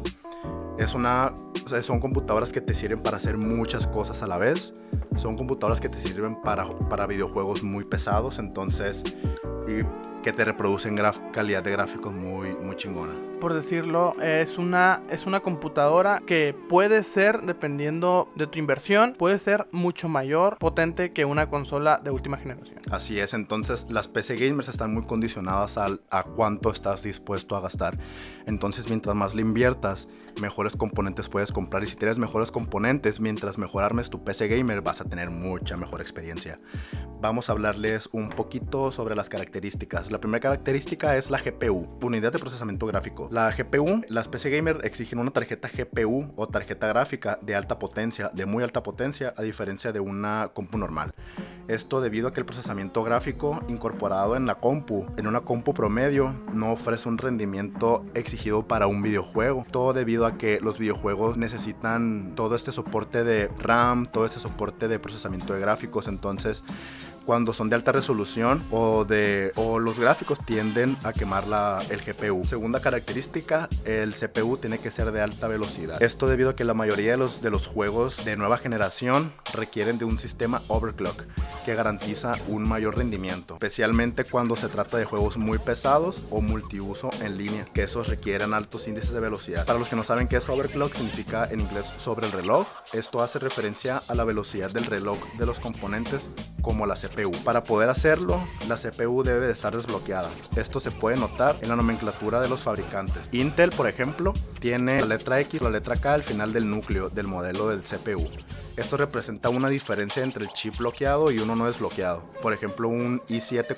Son computadoras que te sirven para hacer muchas cosas a la vez. Son computadoras que te sirven para videojuegos muy pesados, entonces, y que te reproducen calidad de gráficos muy chingona. Por decirlo, es una computadora que puede ser, dependiendo de tu inversión, puede ser mucho mayor, potente que una consola de última generación. Así es, entonces las PC gamers están muy condicionadas a cuánto estás dispuesto a gastar. Entonces, mientras más le inviertas, mejores componentes puedes comprar, y si tienes mejores componentes, mientras mejor armes tu PC gamer, vas a tener mucha mejor experiencia. Vamos a hablarles un poquito sobre las características. La primera característica es la GPU, unidad de procesamiento gráfico. La GPU, las PC gamer exigen una tarjeta GPU o tarjeta gráfica de alta potencia, de muy alta potencia, a diferencia de una compu normal. Esto debido a que el procesamiento gráfico incorporado en una compu promedio, no ofrece un rendimiento exigido para un videojuego. Todo debido a que los videojuegos necesitan todo este soporte de RAM, todo este soporte de procesamiento de gráficos. Entonces, cuando son de alta resolución o los gráficos tienden a quemar el GPU. Segunda característica, el CPU tiene que ser de alta velocidad. Esto debido a que la mayoría de los juegos de nueva generación requieren de un sistema overclock que garantiza un mayor rendimiento, especialmente cuando se trata de juegos muy pesados o multiuso en línea, que esos requieren altos índices de velocidad. Para los que no saben qué es overclock, significa en inglés sobre el reloj. Esto hace referencia a la velocidad del reloj de los componentes como la CPU. Para poder hacerlo, la CPU debe de estar desbloqueada. Esto se puede notar en la nomenclatura de los fabricantes. Intel, por ejemplo, tiene la letra X o la letra K al final del núcleo del modelo del CPU. Esto representa una diferencia entre el chip bloqueado y uno no desbloqueado. Por ejemplo, un i7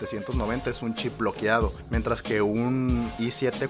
4790 es un chip bloqueado, mientras que un i7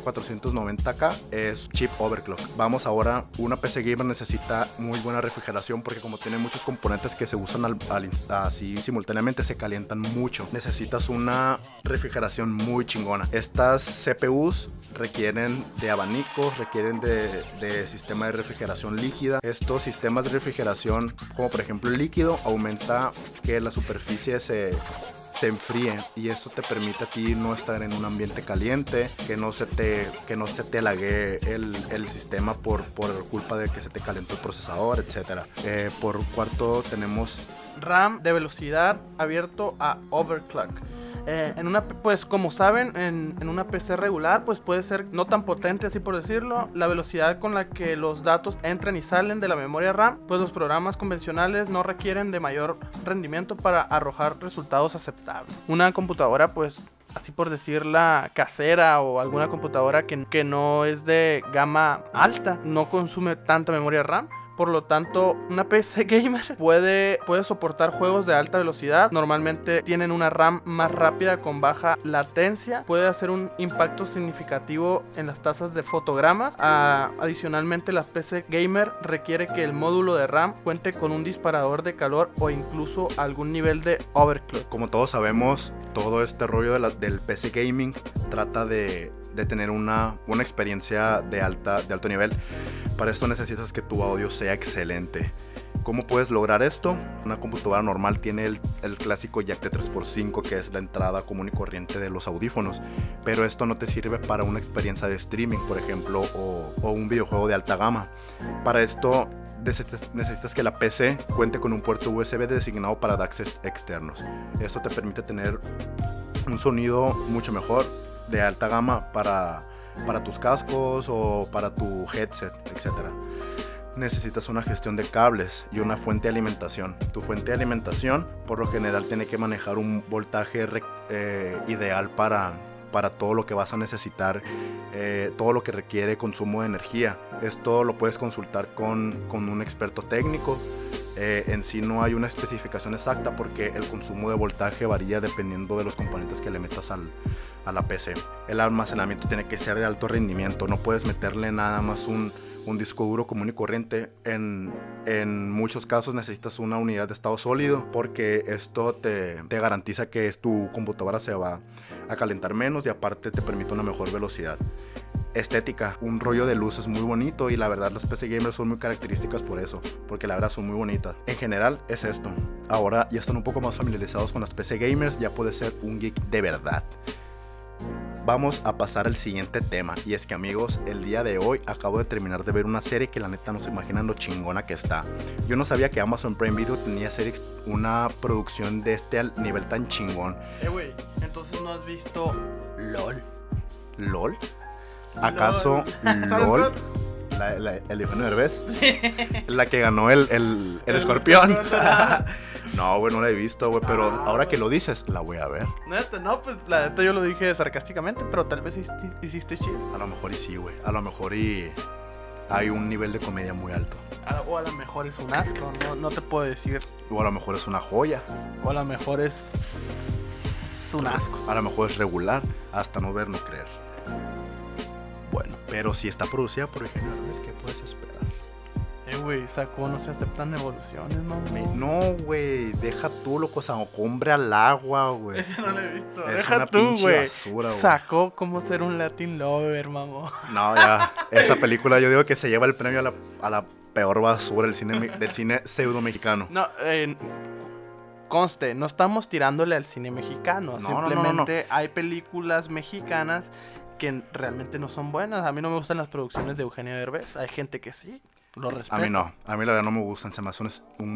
490K es chip overclock. Vamos ahora, una PC gamer necesita muy buena refrigeración porque como tiene muchos componentes que se usan así simultáneamente, se calientan mucho. Necesitas una refrigeración muy chingona. Estas CPUs requieren de abanicos, requieren de sistema de refrigeración líquida. Estos sistemas de refrigeración, como por ejemplo el líquido, aumenta que la superficie se enfríe, y esto te permite a ti no estar en un ambiente caliente, que no se te laguee el sistema por culpa de que se te calentó el procesador, etcétera. Por cuarto tenemos RAM de velocidad abierto a overclock. Pues como saben, en una PC regular pues puede ser no tan potente, así por decirlo. La velocidad con la que los datos entran y salen de la memoria RAM, pues los programas convencionales no requieren de mayor rendimiento para arrojar resultados aceptables. Una computadora, pues así por decirla, casera, o alguna computadora que no es de gama alta, no consume tanta memoria RAM. Por lo tanto, una PC gamer puede soportar juegos de alta velocidad. Normalmente tienen una RAM más rápida con baja latencia. Puede hacer un impacto significativo en las tasas de fotogramas. Adicionalmente, la PC gamer requiere que el módulo de RAM cuente con un disparador de calor o incluso algún nivel de overclock. Como todos sabemos, todo este rollo del PC gaming trata de de tener una experiencia de alto nivel. Para esto necesitas que tu audio sea excelente. ¿Cómo puedes lograr esto? Una computadora normal tiene el clásico jack de 3x5, que es la entrada común y corriente de los audífonos, pero esto no te sirve para una experiencia de streaming, por ejemplo, o un videojuego de alta gama. Para esto necesitas que la PC cuente con un puerto USB designado para DACs externos. Esto te permite tener un sonido mucho mejor de alta gama para tus cascos o para tu headset, etc. Necesitas una gestión de cables y una fuente de alimentación. Tu fuente de alimentación por lo general tiene que manejar un voltaje ideal para todo lo que vas a necesitar, todo lo que requiere consumo de energía. Esto lo puedes consultar con un experto técnico. En sí no hay una especificación exacta porque el consumo de voltaje varía dependiendo de los componentes que le metas a la PC. El almacenamiento tiene que ser de alto rendimiento, no puedes meterle nada más un disco duro común y corriente. En muchos casos necesitas una unidad de estado sólido porque esto te garantiza que tu computadora se va a calentar menos y aparte te permite una mejor velocidad. Estética, un rollo de luces muy bonito y la verdad las PC gamers son muy características por eso, porque la verdad son muy bonitas. En general es esto. Ahora ya están un poco más familiarizados con las PC gamers, ya puedes ser un geek de verdad. Vamos a pasar al siguiente tema, y es que amigos, el día de hoy acabo de terminar de ver una serie que la neta no se imaginan lo chingona que está. Yo no sabía que Amazon Prime Video tenía series, una producción de este nivel tan chingón. Güey, entonces no has visto LOL. ¿LOL? ¿Acaso LOL? El Eugenio Derbez. Sí. La que ganó el escorpión. No, güey, no la he visto, güey, pero ahora que lo dices, la voy a ver. Neta, no, pues la neta yo lo dije sarcásticamente, pero tal vez hiciste chido. A lo mejor y sí, güey. A lo mejor y hay un nivel de comedia muy alto. O a lo mejor es un asco, no te puedo decir. O a lo mejor es una joya. O a lo mejor es un asco. A lo mejor es regular, hasta no ver, no creer. Bueno, pero si está producida por Eugenio Derbez, ¿qué puedes esperar? Güey, sacó, no se aceptan evoluciones, ¿no? No, güey, deja tú, loco, hombre al agua, güey. Ese no lo he visto. Es deja una tú, güey. Basura, sacó cómo ser un Latin lover, mamón. No, ya, esa película yo digo que se lleva el premio a la peor basura del cine pseudo mexicano. No, conste, no estamos tirándole al cine mexicano. No, simplemente hay películas mexicanas que realmente no son buenas. A mí no me gustan las producciones de Eugenio Derbez. Hay gente que sí, lo respeta. A mí no, a mí la verdad no me gustan. Se me hace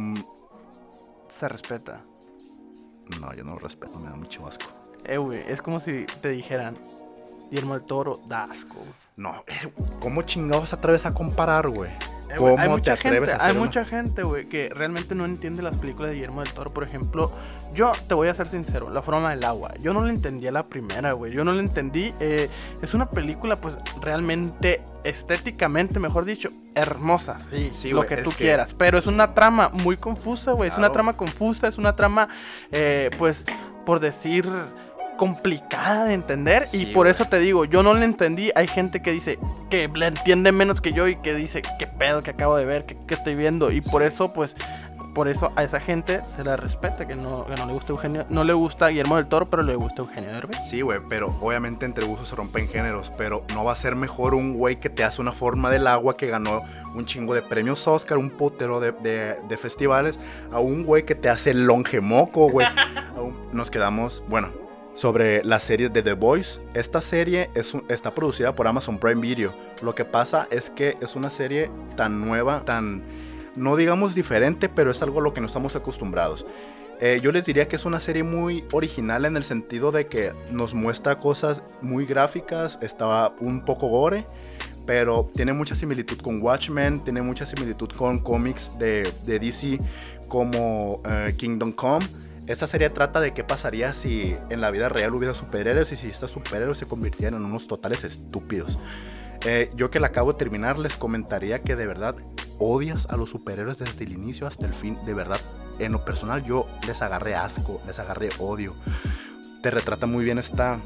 Se respeta. No, yo no lo respeto, me da mucho asco. Güey, es como si te dijeran Guillermo del Toro, da asco, güey. No, ¿cómo chingados te atreves a comparar, güey? ¿Cómo hay mucha gente, hay mucha gente, güey, que realmente no entiende las películas de Guillermo del Toro. Por ejemplo, yo te voy a ser sincero, La forma del agua, yo no la entendí a la primera, güey. Yo no la entendí. Es una película, pues, realmente, estéticamente, mejor dicho, hermosa. Sí, lo que tú quieras. Pero es una trama muy confusa, güey. Claro. Es una trama confusa, es una trama, pues, por decir, complicada de entender. Sí, y por eso te digo, yo no la entendí. Hay gente que dice que la entiende menos que yo y que dice, qué pedo que acabo de ver, que estoy viendo. Y por eso, pues, a esa gente se la respeta, que no le gusta Eugenio, no le gusta Guillermo del Toro, pero le gusta Eugenio Derbez. Sí, güey, pero obviamente entre gustos se rompen géneros, pero no va a ser mejor un güey que te hace una forma del agua que ganó un chingo de premios Oscar, un putero de festivales, a un güey que te hace el longemoco, güey. Nos quedamos, bueno, sobre la serie de The Boys. Esta serie está producida por Amazon Prime Video. Lo que pasa es que es una serie tan nueva, no digamos diferente, pero es algo a lo que no estamos acostumbrados. Yo les diría que es una serie muy original en el sentido de que nos muestra cosas muy gráficas, está un poco gore, pero tiene mucha similitud con Watchmen, tiene mucha similitud con cómics de DC como Kingdom Come. Esta serie trata de qué pasaría si en la vida real hubiera superhéroes y si estos superhéroes se convirtieran en unos totales estúpidos. Yo que la acabo de terminar les comentaría que de verdad odias a los superhéroes desde el inicio hasta el fin. De verdad, en lo personal yo les agarré asco, les agarré odio. Te retrata muy bien esta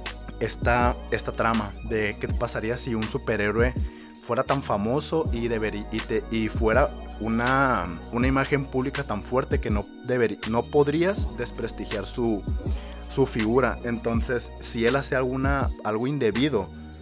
trama de qué pasaría si un superhéroe fuera tan famoso y fuera una imagen pública tan fuerte que no podrías desprestigiar su figura. Entonces, si él hace algo indebido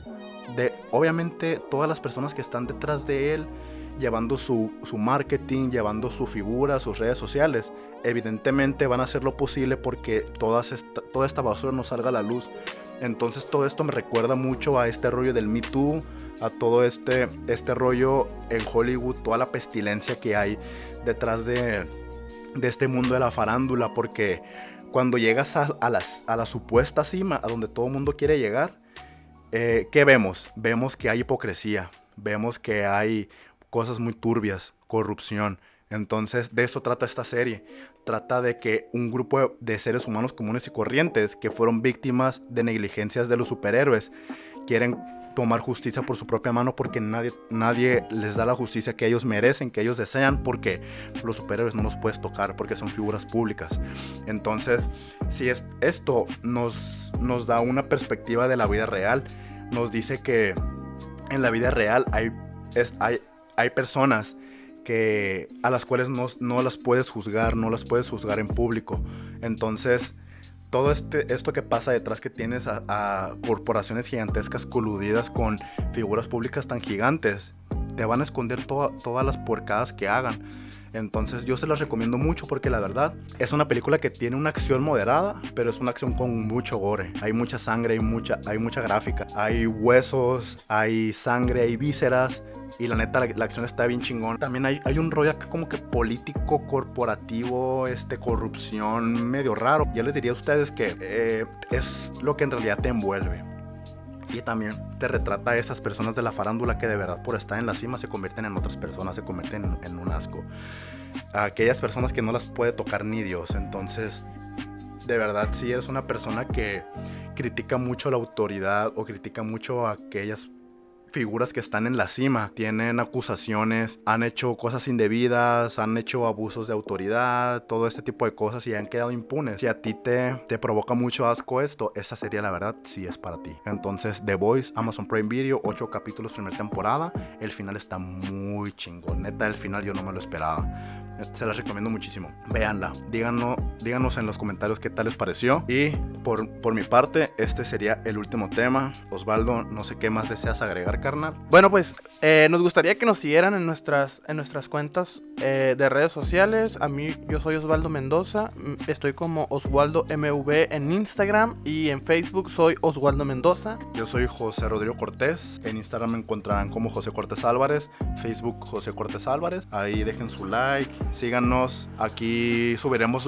obviamente todas las personas que están detrás de él, llevando su marketing, llevando su figura, sus redes sociales, evidentemente van a hacer lo posible porque toda esta basura no salga a la luz. Entonces todo esto me recuerda mucho a este rollo del Me Too, a todo este rollo en Hollywood, toda la pestilencia que hay detrás de este mundo de la farándula, porque cuando llegas a la supuesta cima, a donde todo el mundo quiere llegar, ¿qué vemos? Vemos que hay hipocresía, vemos que hay cosas muy turbias, corrupción. Entonces de eso trata esta serie. Trata de que un grupo de seres humanos comunes y corrientes que fueron víctimas de negligencias de los superhéroes quieren tomar justicia por su propia mano, porque nadie les da la justicia que ellos merecen, que ellos desean, porque los superhéroes no los puedes tocar porque son figuras públicas. Entonces, si esto nos da una perspectiva de la vida real, nos dice que en la vida real hay personas a las cuales no las puedes juzgar, no las puedes juzgar en público. Entonces, todo esto que pasa detrás, que tienes a corporaciones gigantescas coludidas con figuras públicas tan gigantes, te van a esconder todas las puercadas que hagan. Entonces yo se las recomiendo mucho, porque la verdad es una película que tiene una acción moderada, pero es una acción con mucho gore. Hay mucha sangre, hay mucha gráfica, hay huesos, hay sangre, hay vísceras. Y la neta, la acción está bien chingón. También hay un rollo acá como que político, corporativo, corrupción, medio raro. Ya les diría a ustedes que es lo que en realidad te envuelve. Y también te retrata a esas personas de la farándula que de verdad por estar en la cima se convierten en otras personas, se convierten en un asco. Aquellas personas que no las puede tocar ni Dios. Entonces, de verdad, si eres una persona que critica mucho la autoridad o critica mucho a aquellas figuras que están en la cima, tienen acusaciones, han hecho cosas indebidas, han hecho abusos de autoridad, todo este tipo de cosas, y han quedado impunes. Si a ti te provoca mucho asco esto, esa sería la verdad, sí es para ti. Entonces, The Boys, Amazon Prime Video, 8 capítulos, primera temporada. El final está muy chingón, neta, el final yo no me lo esperaba. Se las recomiendo muchísimo. Véanla, díganos en los comentarios qué tal les pareció. Y por mi parte, este sería el último tema. Osvaldo, no sé qué más deseas agregar, carnal. Bueno, pues nos gustaría que nos siguieran en nuestras cuentas de redes sociales. Yo soy Osvaldo Mendoza. Estoy como Osvaldo MV en Instagram, y en Facebook soy Osvaldo Mendoza. Yo soy José Rodrigo Cortés. En Instagram me encontrarán como José Cortés Álvarez. Facebook José Cortés Álvarez. Ahí dejen su like, síganos. Aquí subiremos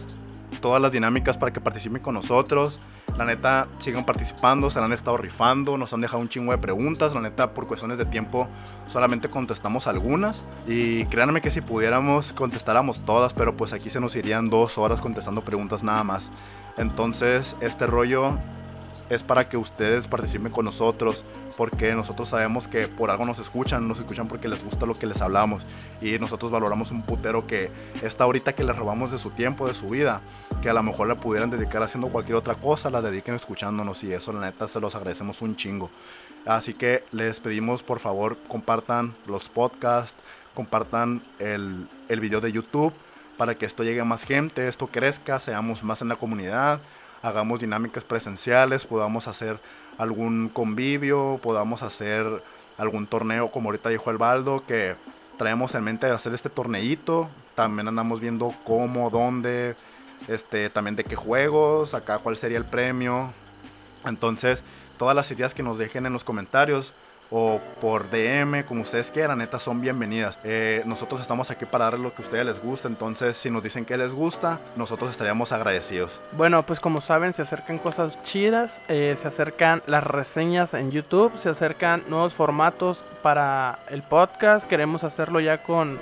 todas las dinámicas para que participen con nosotros. La neta, sigan participando, se la han estado rifando, nos han dejado un chingo de preguntas. La neta, por cuestiones de tiempo solamente contestamos algunas, y créanme que si pudiéramos contestáramos todas, pero pues aquí se nos irían 2 horas contestando preguntas nada más. Entonces este rollo es para que ustedes participen con nosotros, porque nosotros sabemos que por algo nos escuchan porque les gusta lo que les hablamos, y nosotros valoramos un putero que esta horita que les robamos de su tiempo, de su vida, que a lo mejor la pudieran dedicar haciendo cualquier otra cosa, la dediquen escuchándonos, y eso la neta se los agradecemos un chingo. Así que les pedimos, por favor, compartan los podcasts, compartan el video de YouTube, para que esto llegue a más gente, esto crezca, seamos más en la comunidad, hagamos dinámicas presenciales, podamos hacer algún convivio, podamos hacer algún torneo, como ahorita dijo el Baldo, que traemos en mente de hacer este torneito. También andamos viendo cómo, dónde, también de qué juegos, acá cuál sería el premio. Entonces, todas las ideas que nos dejen en los comentarios o por DM, como ustedes quieran, neta, son bienvenidas. Nosotros estamos aquí para darles lo que a ustedes les gusta. Entonces, si nos dicen que les gusta, nosotros estaríamos agradecidos. Bueno, pues como saben, se acercan cosas chidas, se acercan las reseñas en YouTube, se acercan nuevos formatos para el podcast. Queremos hacerlo ya con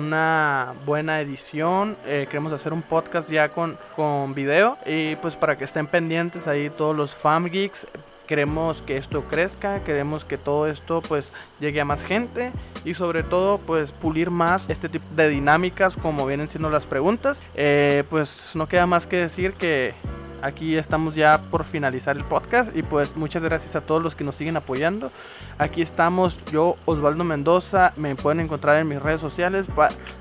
una buena edición, queremos hacer un podcast ya con video, y pues para que estén pendientes ahí todos los fam geeks. Queremos que esto crezca, queremos que todo esto pues llegue a más gente, y sobre todo pues pulir más este tipo de dinámicas como vienen siendo las preguntas. Pues no queda más que decir que aquí estamos ya por finalizar el podcast, y pues muchas gracias a todos los que nos siguen apoyando. Aquí estamos, yo, Osvaldo Mendoza, me pueden encontrar en mis redes sociales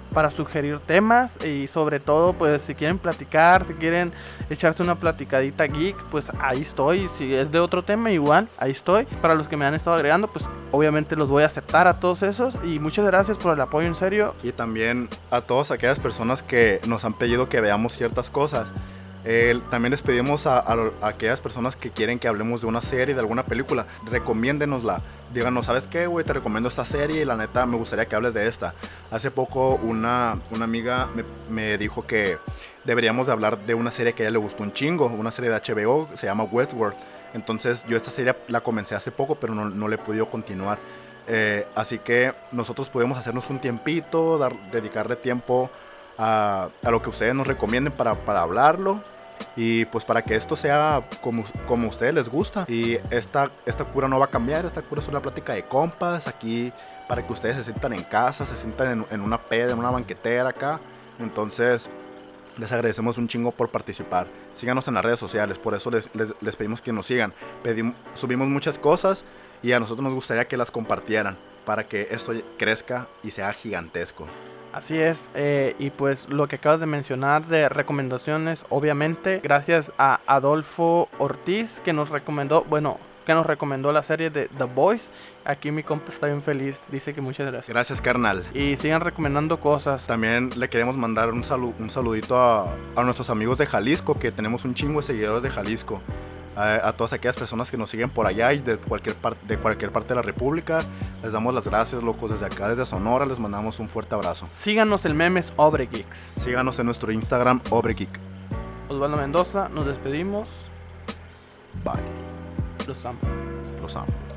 para sugerir temas y sobre todo pues si quieren platicar, si quieren echarse una platicadita geek, pues ahí estoy. Y si es de otro tema igual, ahí estoy. Para los que me han estado agregando, pues obviamente los voy a aceptar a todos esos y muchas gracias por el apoyo, en serio. Y también a todas aquellas personas que nos han pedido que veamos ciertas cosas. También les pedimos a aquellas personas que quieren que hablemos de una serie, de alguna película, recomiéndenosla. Díganos, ¿sabes qué, güey? Te recomiendo esta serie y la neta me gustaría que hables de esta. Hace poco una amiga me dijo que deberíamos de hablar de una serie que a ella le gustó un chingo, una serie de HBO, se llama Westworld. Entonces yo esta serie la comencé hace poco, pero no le he podido continuar. Así que nosotros podemos hacernos un tiempito, dedicarle tiempo a lo que ustedes nos recomienden para hablarlo. Y pues para que esto sea como a ustedes les gusta. Y esta cura no va a cambiar. Esta cura es una plática de compas aquí para que ustedes se sientan en casa, se sientan en una peda, en una banquetera acá. Entonces les agradecemos un chingo por participar. Síganos en las redes sociales, por eso les pedimos que nos sigan. Subimos muchas cosas y a nosotros nos gustaría que las compartieran para que esto crezca y sea gigantesco. Así es, y pues lo que acabas de mencionar de recomendaciones, obviamente, gracias a Adolfo Ortiz que nos recomendó la serie de The Boys. Aquí mi compa está bien feliz, dice que muchas gracias. Gracias, carnal. Y sigan recomendando cosas. También le queremos mandar un saludito a nuestros amigos de Jalisco, que tenemos un chingo de seguidores de Jalisco. A todas aquellas personas que nos siguen por allá y de cualquier parte de la república, les damos las gracias, locos. Desde acá, desde Sonora, les mandamos un fuerte abrazo. Síganos el memes Obregeeks. Síganos en nuestro Instagram Obregeek. Osvaldo Mendoza, nos despedimos. Bye. Los amo. Los amo.